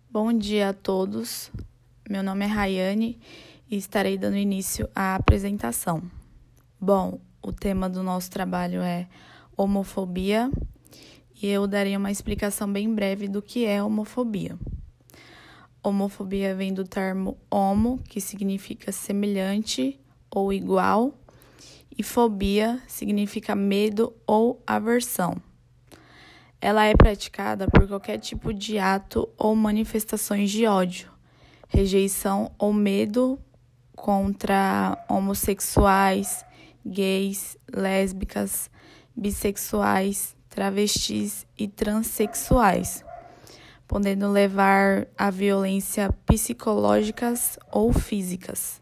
Bom dia a todos. Meu nome é Rayane e estarei dando início à apresentação. Bom, o tema do nosso trabalho é homofobia e eu darei uma explicação bem breve do que é homofobia. Homofobia vem do termo homo, que significa semelhante ou igual, e fobia significa medo ou aversão. Ela é praticada por qualquer tipo de ato ou manifestações de ódio, rejeição ou medo contra homossexuais, gays, lésbicas, bissexuais, travestis e transexuais, podendo levar a violência psicológicas ou físicas.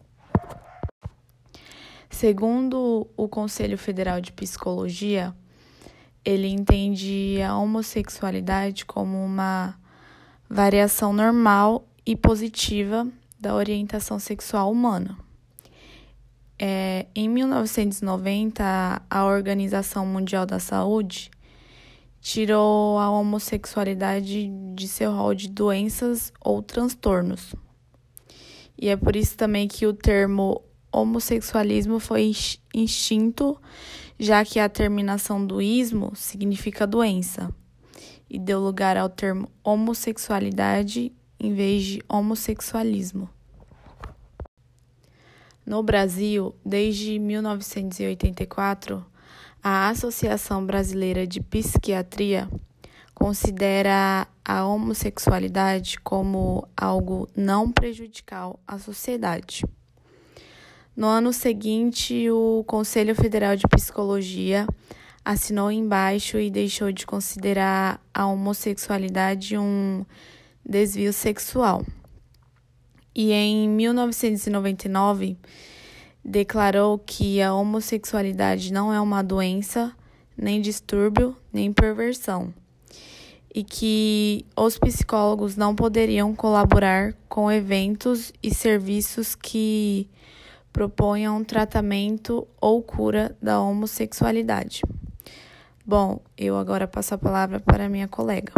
Segundo o Conselho Federal de Psicologia, ele entende a homossexualidade como uma variação normal e positiva da orientação sexual humana. Em 1990, a Organização Mundial da Saúde tirou a homossexualidade de seu rol de doenças ou transtornos. E é por isso também que o termo homossexualismo foi extinto, já que a terminação do ismo significa doença, e deu lugar ao termo homossexualidade em vez de homossexualismo. No Brasil, desde 1984, a Associação Brasileira de Psiquiatria considera a homossexualidade como algo não prejudicial à sociedade. No ano seguinte, o Conselho Federal de Psicologia assinou embaixo e deixou de considerar a homossexualidade um desvio sexual. E em 1999, declarou que a homossexualidade não é uma doença, nem distúrbio, nem perversão, e que os psicólogos não poderiam colaborar com eventos e serviços que proponham tratamento ou cura da homossexualidade. Bom, eu agora passo a palavra para minha colega.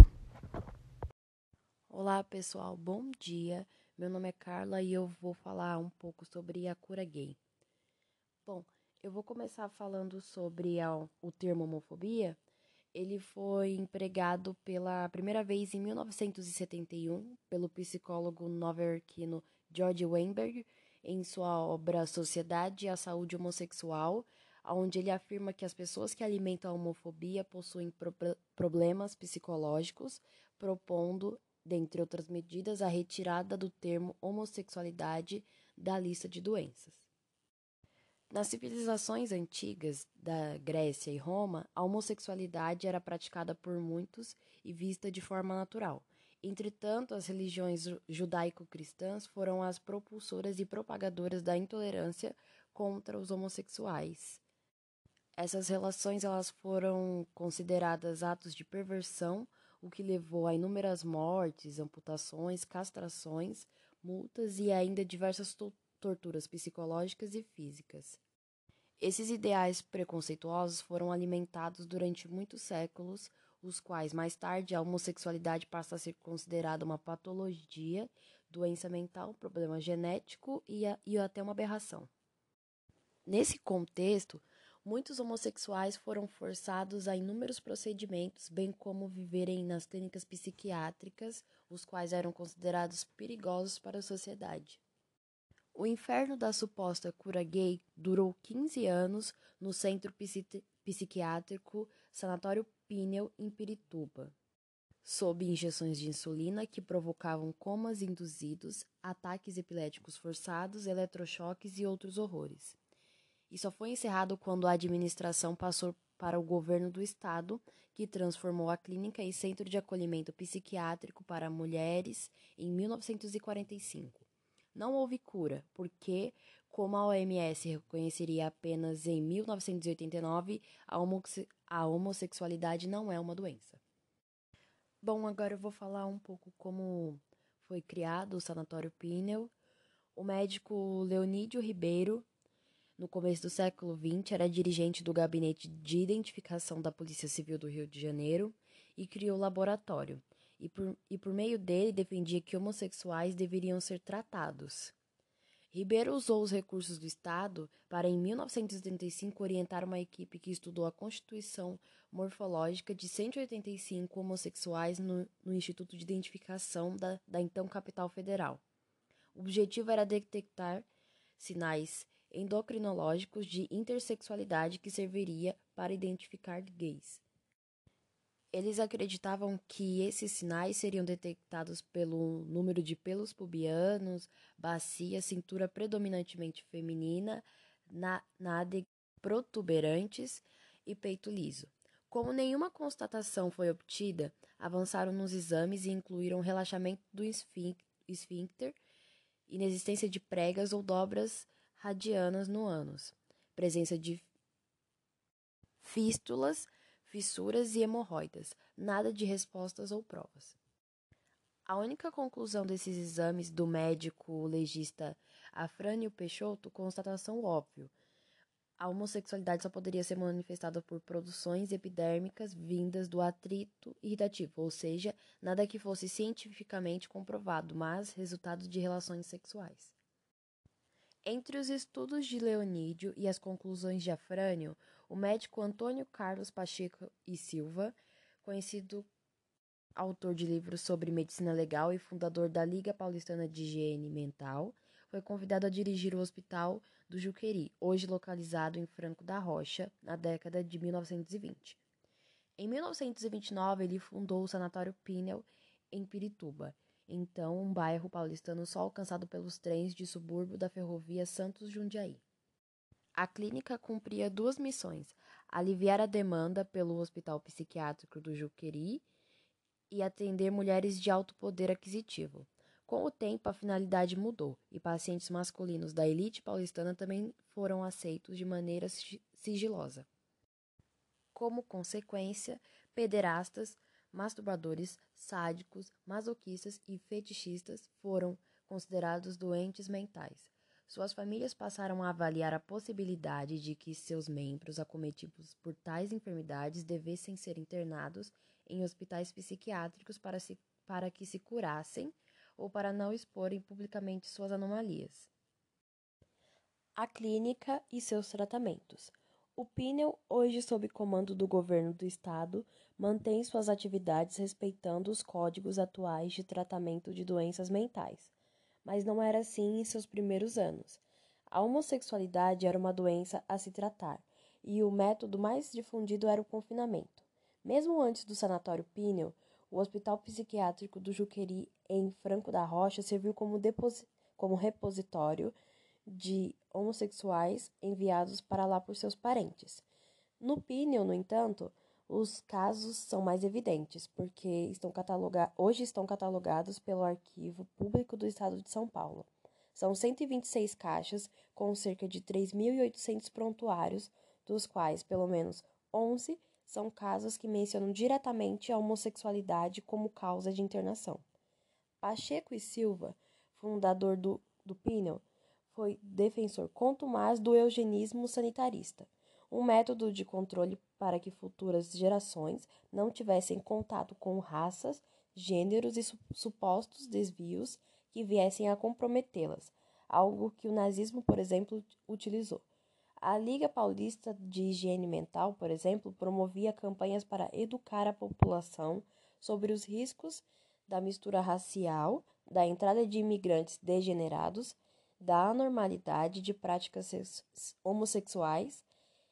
Olá, pessoal, bom dia. Meu nome é Carla e eu vou falar um pouco sobre a cura gay. Bom, eu vou começar falando sobre o termo homofobia. Ele foi empregado pela primeira vez em 1971 pelo psicólogo nova-iorquino George Weinberg em sua obra Sociedade e a Saúde Homossexual, onde ele afirma que as pessoas que alimentam a homofobia possuem problemas psicológicos, propondo, dentre outras medidas, a retirada do termo homossexualidade da lista de doenças. Nas civilizações antigas da Grécia e Roma, a homossexualidade era praticada por muitos e vista de forma natural. Entretanto, as religiões judaico-cristãs foram as propulsoras e propagadoras da intolerância contra os homossexuais. Essas relações elas foram consideradas atos de perversão, o que levou a inúmeras mortes, amputações, castrações, multas e ainda diversas torturas psicológicas e físicas. Esses ideais preconceituosos foram alimentados durante muitos séculos, os quais mais tarde a homossexualidade passa a ser considerada uma patologia, doença mental, problema genético e até uma aberração. Nesse contexto, muitos homossexuais foram forçados a inúmeros procedimentos, bem como viverem nas clínicas psiquiátricas, os quais eram considerados perigosos para a sociedade. O inferno da suposta cura gay durou 15 anos no Centro Psiquiátrico Sanatório Pinel, em Pirituba, sob injeções de insulina que provocavam comas induzidos, ataques epiléticos forçados, eletrochoques e outros horrores. E só foi encerrado quando a administração passou para o governo do estado, que transformou a clínica em centro de acolhimento psiquiátrico para mulheres em 1945. Não houve cura, porque, como a OMS reconheceria apenas em 1989, a homossexualidade não é uma doença. Bom, agora eu vou falar um pouco como foi criado o Sanatório Pinel. O médico Leonídio Ribeiro, no começo do século XX, era dirigente do Gabinete de Identificação da Polícia Civil do Rio de Janeiro e criou o laboratório. e por meio dele defendia que homossexuais deveriam ser tratados. Ribeiro usou os recursos do Estado para, em 1985, orientar uma equipe que estudou a constituição morfológica de 185 homossexuais no Instituto de Identificação da então capital federal. O objetivo era detectar sinais endocrinológicos de intersexualidade que serviria para identificar gays. Eles acreditavam que esses sinais seriam detectados pelo número de pelos pubianos, bacia, cintura predominantemente feminina, nádega protuberantes e peito liso. Como nenhuma constatação foi obtida, avançaram nos exames e incluíram relaxamento do esfíncter, inexistência de pregas ou dobras radianas no ânus, presença de fístulas, fissuras e hemorroidas, nada de respostas ou provas. A única conclusão desses exames do médico legista Afrânio Peixoto, constatação óbvia. A homossexualidade só poderia ser manifestada por produções epidérmicas vindas do atrito irritativo, ou seja, nada que fosse cientificamente comprovado, mas resultado de relações sexuais. Entre os estudos de Leonídio e as conclusões de Afrânio, o médico Antônio Carlos Pacheco e Silva, conhecido autor de livros sobre medicina legal e fundador da Liga Paulistana de Higiene Mental, foi convidado a dirigir o Hospital do Juqueri, hoje localizado em Franco da Rocha, na década de 1920. Em 1929, ele fundou o Sanatório Pinel, em Pirituba, então um bairro paulistano só alcançado pelos trens de subúrbio da ferrovia Santos-Jundiaí. A clínica cumpria duas missões: aliviar a demanda pelo Hospital Psiquiátrico do Juqueri e atender mulheres de alto poder aquisitivo. Com o tempo, a finalidade mudou e pacientes masculinos da elite paulistana também foram aceitos de maneira sigilosa. Como consequência, pederastas, masturbadores, sádicos, masoquistas e fetichistas foram considerados doentes mentais. Suas famílias passaram a avaliar a possibilidade de que seus membros acometidos por tais enfermidades devessem ser internados em hospitais psiquiátricos para que se curassem ou para não exporem publicamente suas anomalias. A clínica e seus tratamentos. O Pinel, hoje sob comando do governo do estado, mantém suas atividades respeitando os códigos atuais de tratamento de doenças mentais, mas não era assim em seus primeiros anos. A homossexualidade era uma doença a se tratar, e o método mais difundido era o confinamento. Mesmo antes do sanatório Pinel, o Hospital Psiquiátrico do Juqueri, em Franco da Rocha, serviu como repositório de homossexuais enviados para lá por seus parentes. No Pinel, no entanto, os casos são mais evidentes, porque hoje estão catalogados pelo Arquivo Público do Estado de São Paulo. São 126 caixas com cerca de 3.800 prontuários, dos quais pelo menos 11 são casos que mencionam diretamente a homossexualidade como causa de internação. Pacheco e Silva, fundador do Pinel, foi defensor contumaz do eugenismo sanitarista, um método de controle para que futuras gerações não tivessem contato com raças, gêneros e supostos desvios que viessem a comprometê-las, algo que o nazismo, por exemplo, utilizou. A Liga Paulista de Higiene Mental, por exemplo, promovia campanhas para educar a população sobre os riscos da mistura racial, da entrada de imigrantes degenerados, da anormalidade de práticas homossexuais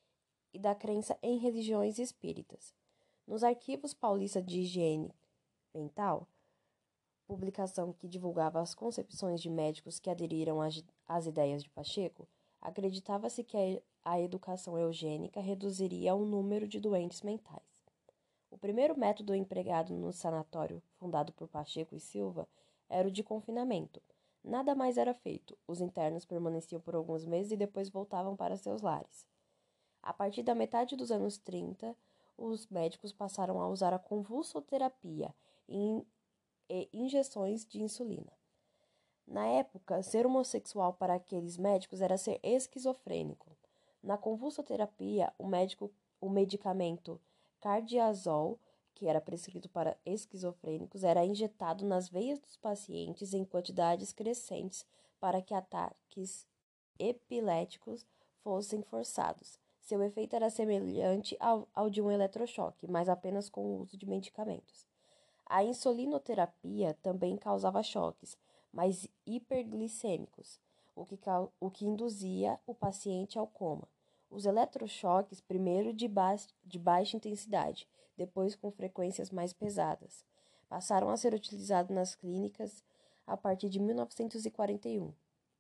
e da crença em religiões espíritas. Nos arquivos paulistas de higiene mental, publicação que divulgava as concepções de médicos que aderiram às ideias de Pacheco, acreditava-se que a educação eugênica reduziria o número de doentes mentais. O primeiro método empregado no sanatório fundado por Pacheco e Silva era o de confinamento. Nada mais era feito. Os internos permaneciam por alguns meses e depois voltavam para seus lares. A partir da metade dos anos 30, os médicos passaram a usar a convulsoterapia e injeções de insulina. Na época, ser homossexual para aqueles médicos era ser esquizofrênico. Na convulsoterapia, o medicamento cardiazol, que era prescrito para esquizofrênicos, era injetado nas veias dos pacientes em quantidades crescentes para que ataques epiléticos fossem forçados. Seu efeito era semelhante ao de um eletrochoque, mas apenas com o uso de medicamentos. A insulinoterapia também causava choques, mas hiperglicêmicos, o que induzia o paciente ao coma. Os eletrochoques, primeiro de baixa intensidade, depois com frequências mais pesadas, passaram a ser utilizados nas clínicas a partir de 1941.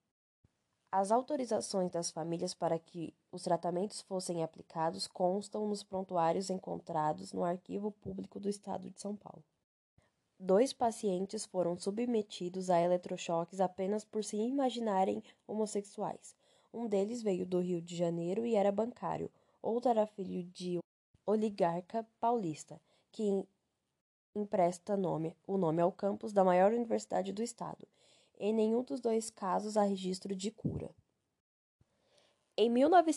As autorizações das famílias para que os tratamentos fossem aplicados constam nos prontuários encontrados no Arquivo Público do Estado de São Paulo. 2 pacientes foram submetidos a eletrochoques apenas por se imaginarem homossexuais. Um deles veio do Rio de Janeiro e era bancário. Outro era filho de um oligarca paulista, que empresta o nome ao campus da maior universidade do estado. Em nenhum dos 2 casos há registro de cura. Em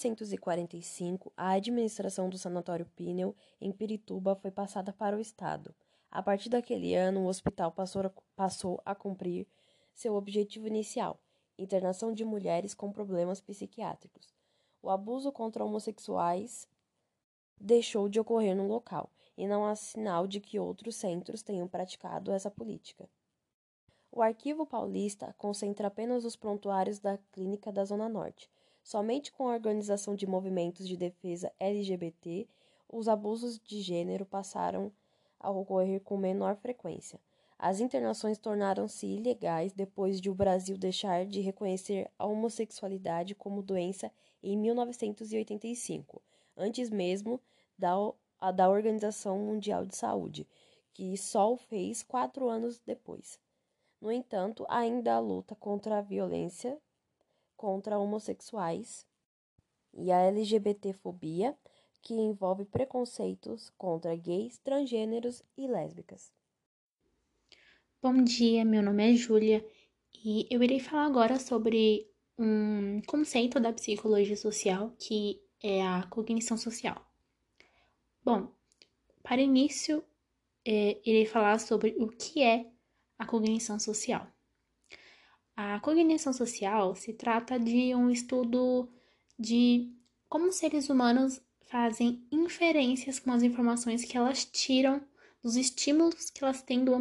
1945, a administração do Sanatório Pinel, em Pirituba, foi passada para o Estado. A partir daquele ano, o hospital passou a cumprir seu objetivo inicial, internação de mulheres com problemas psiquiátricos. O abuso contra homossexuais deixou de ocorrer no local, e não há sinal de que outros centros tenham praticado essa política. O Arquivo Paulista concentra apenas os prontuários da Clínica da Zona Norte. Somente com a organização de movimentos de defesa LGBT, os abusos de gênero passaram a ocorrer com menor frequência. As internações tornaram-se ilegais depois de o Brasil deixar de reconhecer a homossexualidade como doença em 1985, antes mesmo da Organização Mundial de Saúde, que só o fez 4 anos depois. No entanto, ainda há luta contra a violência contra homossexuais e a LGBTfobia, que envolve preconceitos contra gays, transgêneros e lésbicas. Bom dia, meu nome é Júlia e eu irei falar agora sobre um conceito da psicologia social que é a cognição social. Bom, para início, irei falar sobre o que é a cognição social. A cognição social se trata de um estudo de como seres humanos fazem inferências com as informações que elas tiram dos estímulos que elas têm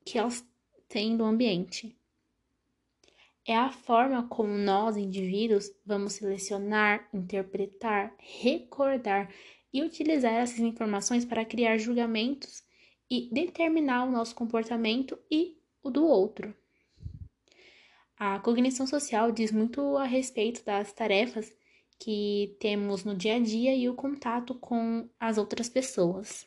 do ambiente. É a forma como nós, indivíduos, vamos selecionar, interpretar, recordar e utilizar essas informações para criar julgamentos e determinar o nosso comportamento e o do outro. A cognição social diz muito a respeito das tarefas que temos no dia a dia e o contato com as outras pessoas.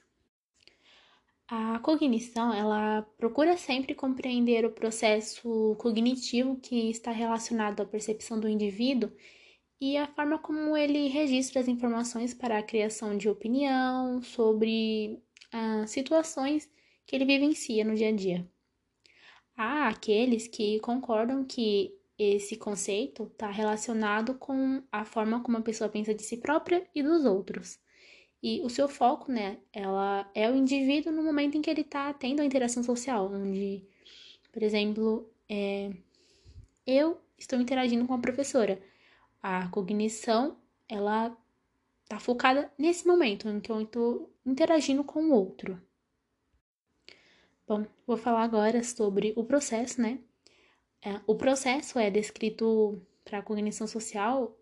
A cognição, ela procura sempre compreender o processo cognitivo que está relacionado à percepção do indivíduo e a forma como ele registra as informações para a criação de opinião sobre situações que ele vivencia no dia a dia. Há aqueles que concordam que esse conceito está relacionado com a forma como a pessoa pensa de si própria e dos outros. E o seu foco, né, ela é o indivíduo no momento em que ele está tendo a interação social, onde, por exemplo, eu estou interagindo com a professora. A cognição, ela está focada nesse momento em que eu estou interagindo com o outro. Bom, vou falar agora sobre o processo, né? O processo é descrito para a cognição social.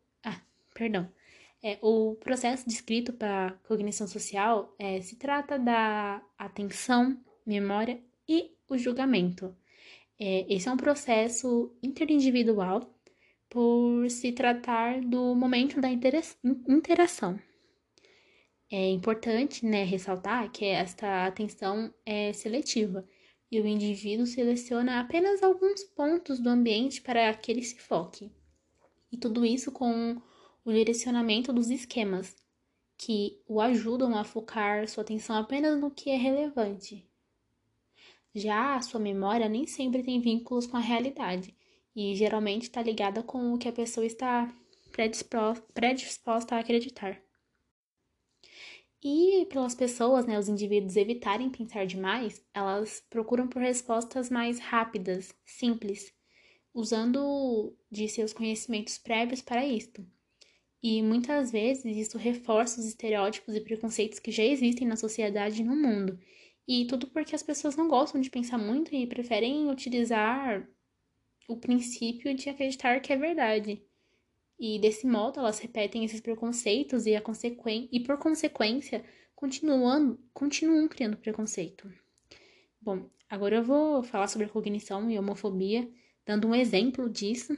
O processo descrito para a cognição social se trata da atenção, memória e o julgamento. Esse é um processo interindividual por se tratar do momento da interação. É importante, né, ressaltar que esta atenção é seletiva e o indivíduo seleciona apenas alguns pontos do ambiente para que ele se foque. E tudo isso com o direcionamento dos esquemas, que o ajudam a focar sua atenção apenas no que é relevante. Já a sua memória nem sempre tem vínculos com a realidade e geralmente está ligada com o que a pessoa está predisposta a acreditar. E pelas pessoas, né, os indivíduos evitarem pensar demais, elas procuram por respostas mais rápidas, simples, usando de seus conhecimentos prévios para isto. E muitas vezes isso reforça os estereótipos e preconceitos que já existem na sociedade e no mundo. E tudo porque as pessoas não gostam de pensar muito e preferem utilizar o princípio de acreditar que é verdade. E desse modo elas repetem esses preconceitos e por consequência continuam criando preconceito. Bom, agora eu vou falar sobre a cognição e homofobia, dando um exemplo disso.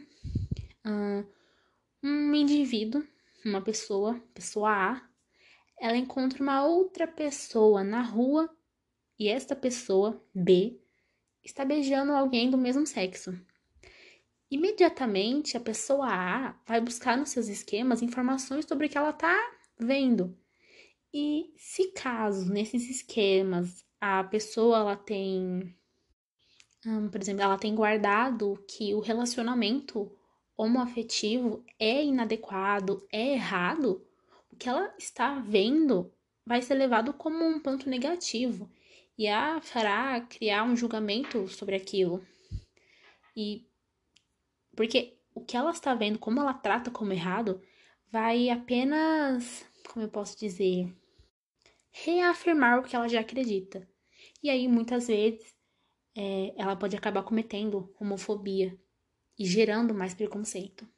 Um indivíduo, uma pessoa A, ela encontra uma outra pessoa na rua e esta pessoa, B, está beijando alguém do mesmo sexo. Imediatamente, a pessoa A vai buscar nos seus esquemas informações sobre o que ela está vendo. E se caso, nesses esquemas, a pessoa ela tem, por exemplo, ela tem guardado que o relacionamento homoafetivo é inadequado, é errado, o que ela está vendo vai ser levado como um ponto negativo e a fará criar um julgamento sobre aquilo. E porque o que ela está vendo, como ela trata como errado, vai apenas, como eu posso dizer, reafirmar o que ela já acredita. E aí, muitas vezes, ela pode acabar cometendo homofobia e gerando mais preconceito.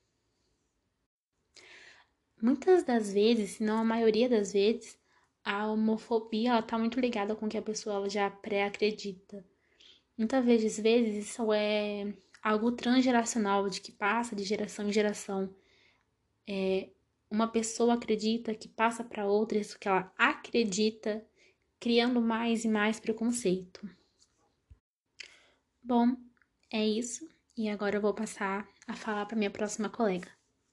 Muitas das vezes, se não a maioria das vezes, a homofobia está muito ligada com o que a pessoa ela já pré-acredita. Muitas vezes isso é algo transgeracional, de que passa de geração em geração. Uma pessoa acredita que passa para outra isso que ela acredita, criando mais e mais preconceito. Bom, é isso. E agora eu vou passar a falar para minha próxima colega.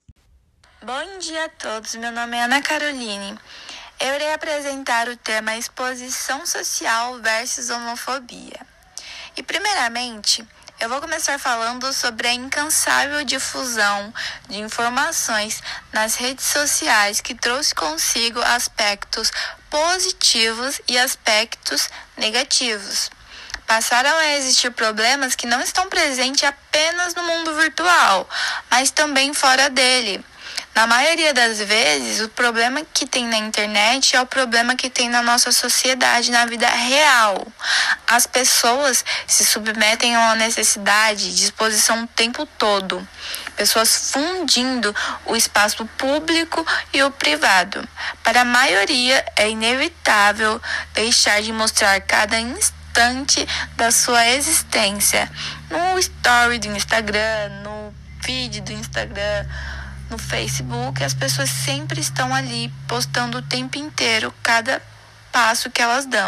Bom dia a todos, meu nome é Ana Caroline. Eu irei apresentar o tema exposição social versus homofobia. E primeiramente, eu vou começar falando sobre a incansável difusão de informações nas redes sociais que trouxe consigo aspectos positivos e aspectos negativos. Passaram a existir problemas que não estão presentes apenas no mundo virtual, mas também fora dele. Na maioria das vezes, o problema que tem na internet é o problema que tem na nossa sociedade, na vida real. As pessoas se submetem a uma necessidade de exposição o tempo todo. Pessoas fundindo o espaço público e o privado. Para a maioria, é inevitável deixar de mostrar cada instante da sua existência. No story do Instagram, no feed do Instagram, no Facebook, as pessoas sempre estão ali postando o tempo inteiro cada passo que elas dão.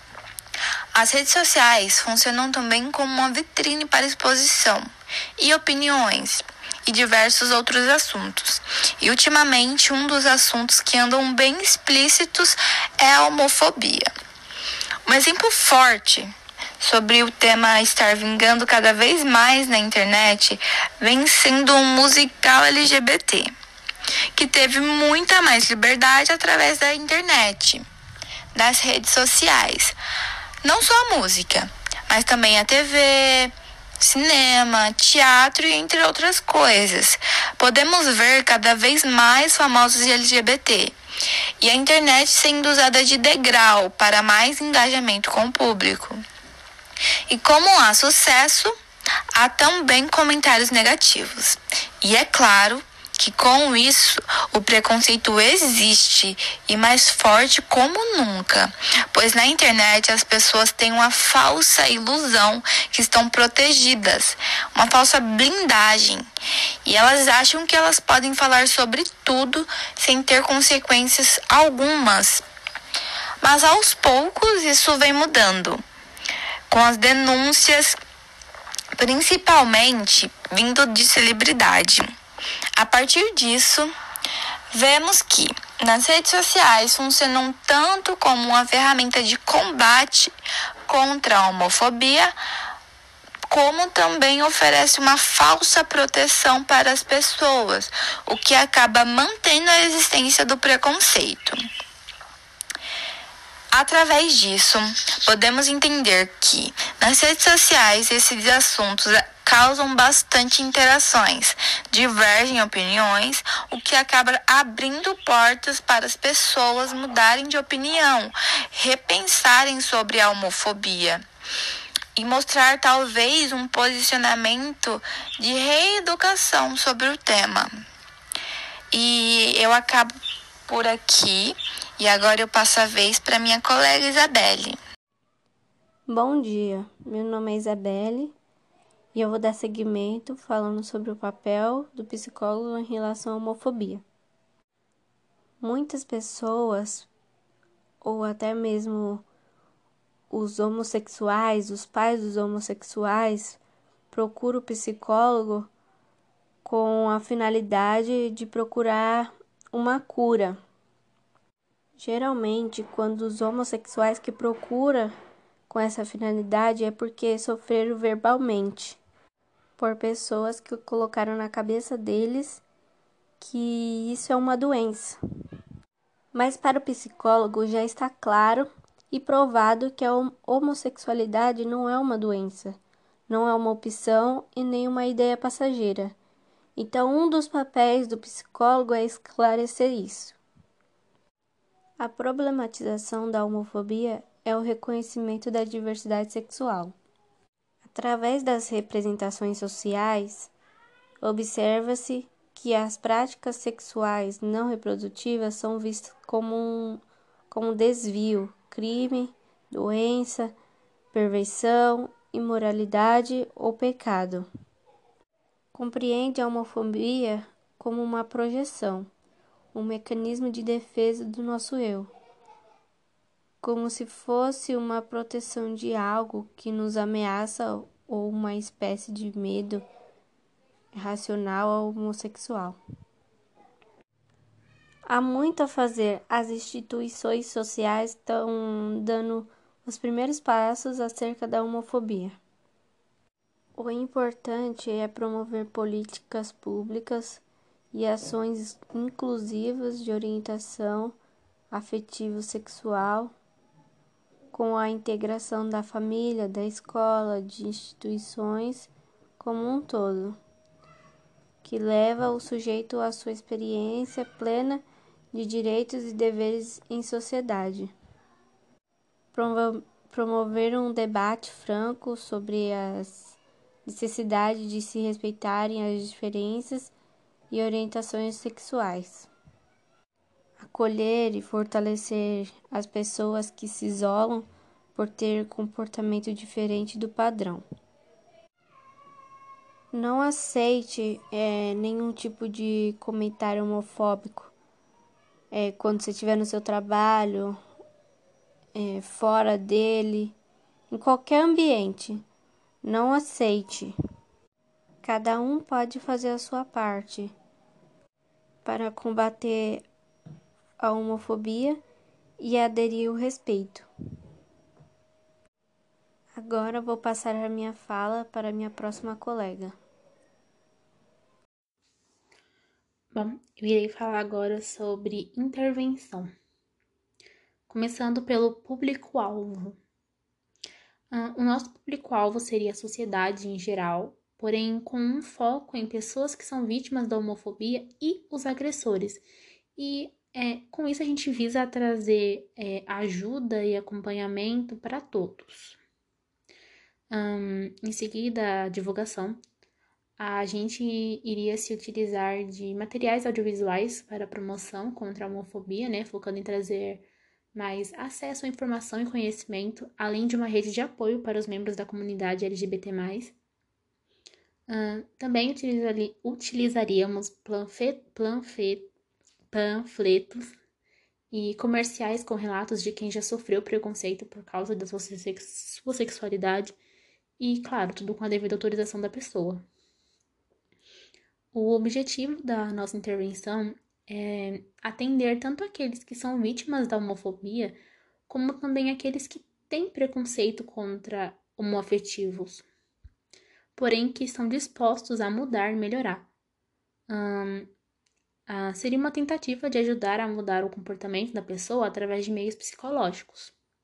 As redes sociais funcionam também como uma vitrine para exposição e opiniões e diversos outros assuntos. E ultimamente um dos assuntos que andam bem explícitos é a homofobia. Um exemplo forte sobre o tema estar vingando cada vez mais na internet vem sendo um musical LGBT, que teve muita mais liberdade através da internet, das redes sociais. Não só a música, mas também a TV, cinema, teatro e entre outras coisas. Podemos ver cada vez mais famosos LGBT. E a internet sendo usada de degrau para mais engajamento com o público. E como há sucesso, há também comentários negativos. E é claro que com isso o preconceito existe e mais forte como nunca, pois na internet as pessoas têm uma falsa ilusão que estão protegidas, uma falsa blindagem, e elas acham que elas podem falar sobre tudo sem ter consequências algumas. Mas aos poucos isso vem mudando, com as denúncias, principalmente vindo de celebridade. A partir disso, vemos que nas redes sociais funcionam tanto como uma ferramenta de combate contra a homofobia, como também oferece uma falsa proteção para as pessoas, o que acaba mantendo a existência do preconceito. Através disso, podemos entender que nas redes sociais esses assuntos causam bastante interações, divergem opiniões, o que acaba abrindo portas para as pessoas mudarem de opinião, repensarem sobre a homofobia e mostrar talvez um posicionamento de reeducação sobre o tema. E eu acabo por aqui e agora eu passo a vez para minha colega Isabelle. Bom dia, meu nome é Isabelle e eu vou dar seguimento falando sobre o papel do psicólogo em relação à homofobia. Muitas pessoas, ou até mesmo os homossexuais, os pais dos homossexuais, procuram o psicólogo com a finalidade de procurar uma cura. Geralmente, quando os homossexuais que procuram com essa finalidade é porque sofreram verbalmente por pessoas que colocaram na cabeça deles que isso é uma doença. Mas para o psicólogo já está claro e provado que a homossexualidade não é uma doença, não é uma opção e nem uma ideia passageira. Então, um dos papéis do psicólogo é esclarecer isso. A problematização da homofobia é o reconhecimento da diversidade sexual. Através das representações sociais, observa-se que as práticas sexuais não reprodutivas são vistas como desvio, crime, doença, perversão, imoralidade ou pecado. Compreende a homofobia como uma projeção, um mecanismo de defesa do nosso eu, como se fosse uma proteção de algo que nos ameaça ou uma espécie de medo racional ao homossexual. Há muito a fazer. As instituições sociais estão dando os primeiros passos acerca da homofobia. O importante é promover políticas públicas e ações inclusivas de orientação afetivo-sexual, com a integração da família, da escola, de instituições como um todo, que leva o sujeito à sua experiência plena de direitos e deveres em sociedade. Promover um debate franco sobre as necessidades de se respeitarem as diferenças e orientações sexuais. Acolher e fortalecer as pessoas que se isolam por ter comportamento diferente do padrão. Não aceite nenhum tipo de comentário homofóbico quando você estiver no seu trabalho, fora dele, em qualquer ambiente. Não aceite. Cada um pode fazer a sua parte para combater a homofobia e aderir ao respeito. Agora vou passar a minha fala para a minha próxima colega. Bom, eu irei falar agora sobre intervenção. Começando pelo público-alvo. O nosso público-alvo seria a sociedade em geral, porém com um foco em pessoas que são vítimas da homofobia e os agressores. E com isso a gente visa trazer ajuda e acompanhamento para todos. Em seguida, a divulgação. A gente iria se utilizar de materiais audiovisuais para promoção contra a homofobia, focando em trazer mais acesso à informação e conhecimento, além de uma rede de apoio para os membros da comunidade LGBT+. Também utilizaríamos panfletos e comerciais com relatos de quem já sofreu preconceito por causa da sua sexualidade e, claro, tudo com a devida autorização da pessoa. O objetivo da nossa intervenção é atender tanto aqueles que são vítimas da homofobia, como também aqueles que têm preconceito contra homoafetivos, porém que estão dispostos a mudar e melhorar. Seria uma tentativa de ajudar a mudar o comportamento da pessoa através de meios psicológicos.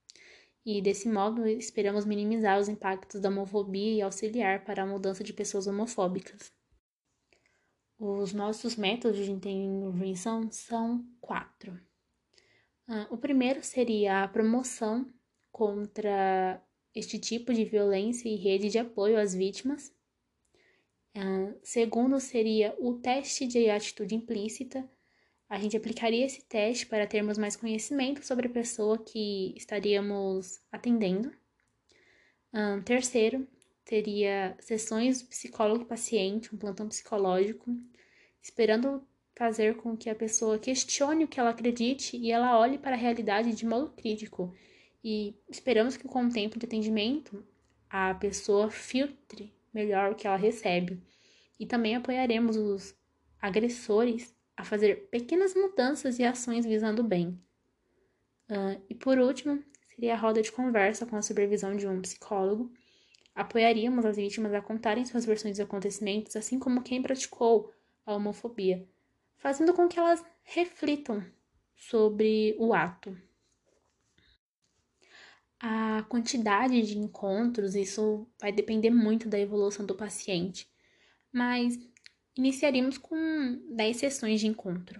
e, desse modo, esperamos minimizar os impactos da homofobia e auxiliar para a mudança de pessoas homofóbicas. Os nossos métodos de intervenção são 4. O primeiro seria a promoção contra este tipo de violência e rede de apoio às vítimas. Segundo seria o teste de atitude implícita. A gente aplicaria esse teste para termos mais conhecimento sobre a pessoa que estaríamos atendendo. Terceiro, teria sessões psicólogo e paciente, um plantão psicológico, esperando fazer com que a pessoa questione o que ela acredite e ela olhe para a realidade de modo crítico. E esperamos que com o tempo de atendimento, a pessoa filtre melhor o que ela recebe. E também apoiaremos os agressores a fazer pequenas mudanças e ações visando o bem. E por último, seria a roda de conversa com a supervisão de um psicólogo. Apoiaríamos as vítimas a contarem suas versões dos acontecimentos, assim como quem praticou a homofobia, fazendo com que elas reflitam sobre o ato. A quantidade de encontros, isso vai depender muito da evolução do paciente, mas iniciaríamos com 10 sessões de encontro.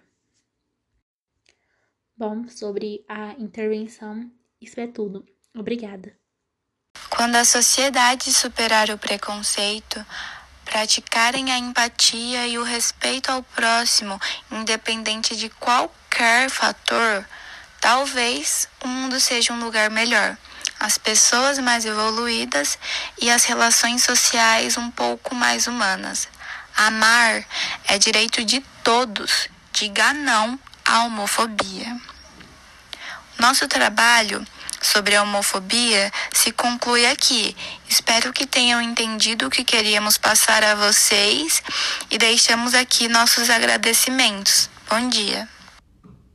Bom, sobre a intervenção, isso é tudo. Obrigada. Quando a sociedade superar o preconceito, praticarem a empatia e o respeito ao próximo, independente de qualquer fator, talvez o mundo seja um lugar melhor, as pessoas mais evoluídas e as relações sociais um pouco mais humanas. Amar é direito de todos. Diga não à homofobia. Nosso trabalho sobre a homofobia se conclui aqui. Espero que tenham entendido o que queríamos passar a vocês e deixamos aqui nossos agradecimentos. Bom dia.